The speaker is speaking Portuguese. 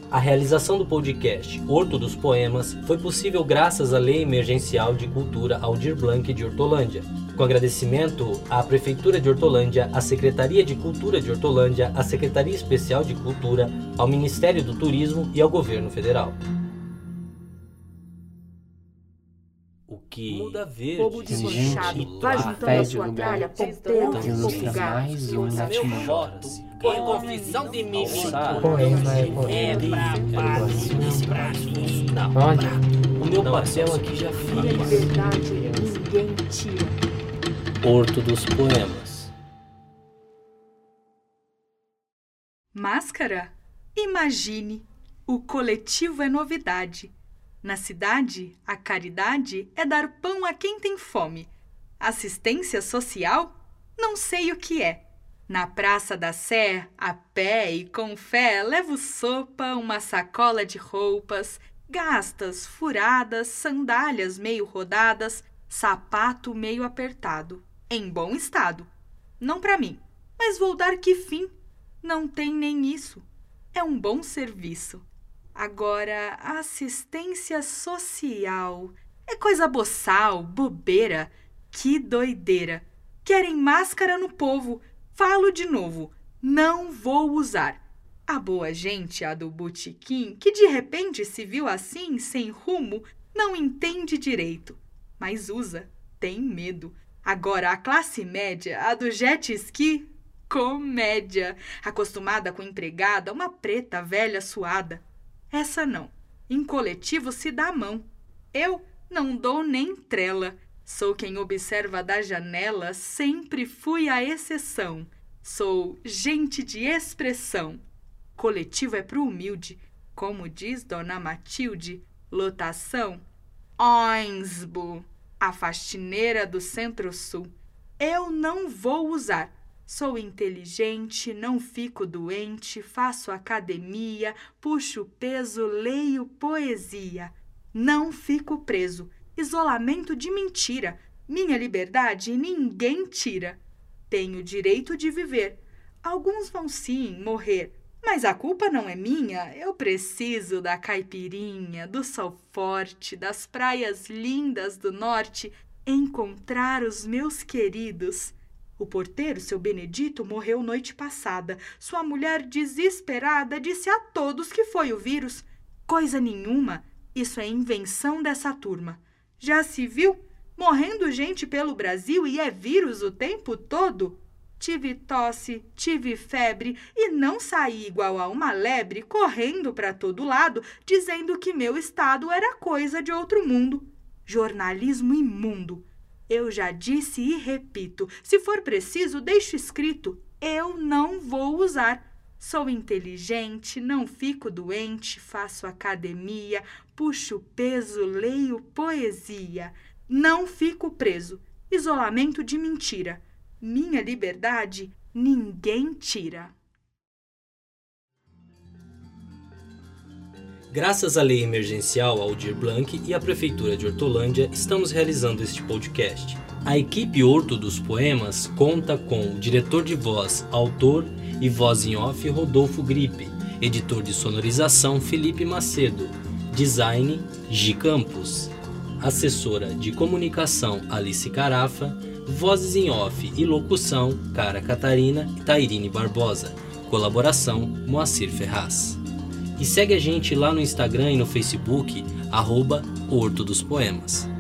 A realização do podcast Horto dos Poemas foi possível graças à Lei Emergencial de Cultura Aldir Blanc de Hortolândia, com agradecimento à Prefeitura de Hortolândia, à Secretaria de Cultura de Hortolândia, à Secretaria Especial de Cultura, ao Ministério do Turismo e ao Governo Federal. O que muda verde, Bobo desmanchado, vai juntando a sua tralha, ponteiro, mais um voto, põe confissão de mim. Poema é Não, Olha, o meu papel aqui já Minha fiz. liberdade ninguém tira. Horto dos Poemas. Máscara? Imagine, o coletivo é novidade. Na cidade, a caridade é dar pão a quem tem fome. Assistência social? Não sei o que é. Na Praça da Sé, a pé e com fé, levo sopa, uma sacola de roupas, gastas, furadas, sandálias meio rodadas, sapato meio apertado, em bom estado. Não para mim, mas vou dar que fim? Não tem nem isso. É um bom serviço. Agora, a assistência social é coisa boçal, bobeira. Que doideira. Querem máscara no povo. Falo de novo, não vou usar. A boa gente, a do botequim, que de repente se viu assim, sem rumo, não entende direito. Mas usa, tem medo. Agora, a classe média, a do jet ski, comédia. Acostumada com empregada, uma preta velha suada. Essa não. Em coletivo se dá a mão. Eu não dou nem trela. Sou quem observa da janela, sempre fui a exceção. Sou gente de expressão. Coletivo é pro humilde. Como diz Dona Matilde, lotação. Ônsbo, a faxineira do Centro-Sul. Eu não vou usar. Sou inteligente, não fico doente, faço academia, puxo peso, leio poesia. Não fico preso. Isolamento de mentira. Minha liberdade ninguém tira. Tenho direito de viver. Alguns vão sim morrer. Mas a culpa não é minha. Eu preciso da caipirinha, do sol forte, das praias lindas do norte, encontrar os meus queridos. O porteiro, seu Benedito, morreu noite passada. Sua mulher, desesperada, disse a todos que foi o vírus. Coisa nenhuma. Isso é invenção dessa turma. Já se viu? Morrendo gente pelo Brasil e é vírus o tempo todo? Tive tosse, tive febre e não saí igual a uma lebre correndo para todo lado dizendo que meu estado era coisa de outro mundo. Jornalismo imundo. Eu já disse e repito, se for preciso, deixo escrito, eu não vou usar. Sou inteligente, não fico doente, faço academia, puxo peso, leio poesia. Não fico preso. Isolamento de mentira. Minha liberdade ninguém tira. Graças à Lei Emergencial Aldir Blanc e à Prefeitura de Hortolândia, estamos realizando este podcast. A equipe Horto dos Poemas conta com o diretor de voz, autor e voz em off Rodolfo Gripe, editor de sonorização Felipe Macedo, design Gi Campos, assessora de comunicação Alice Carafa, vozes em off e locução Cara Catarina e Tairine Barbosa, colaboração Moacir Ferraz. E segue a gente lá no Instagram e no Facebook, @Horto dos Poemas.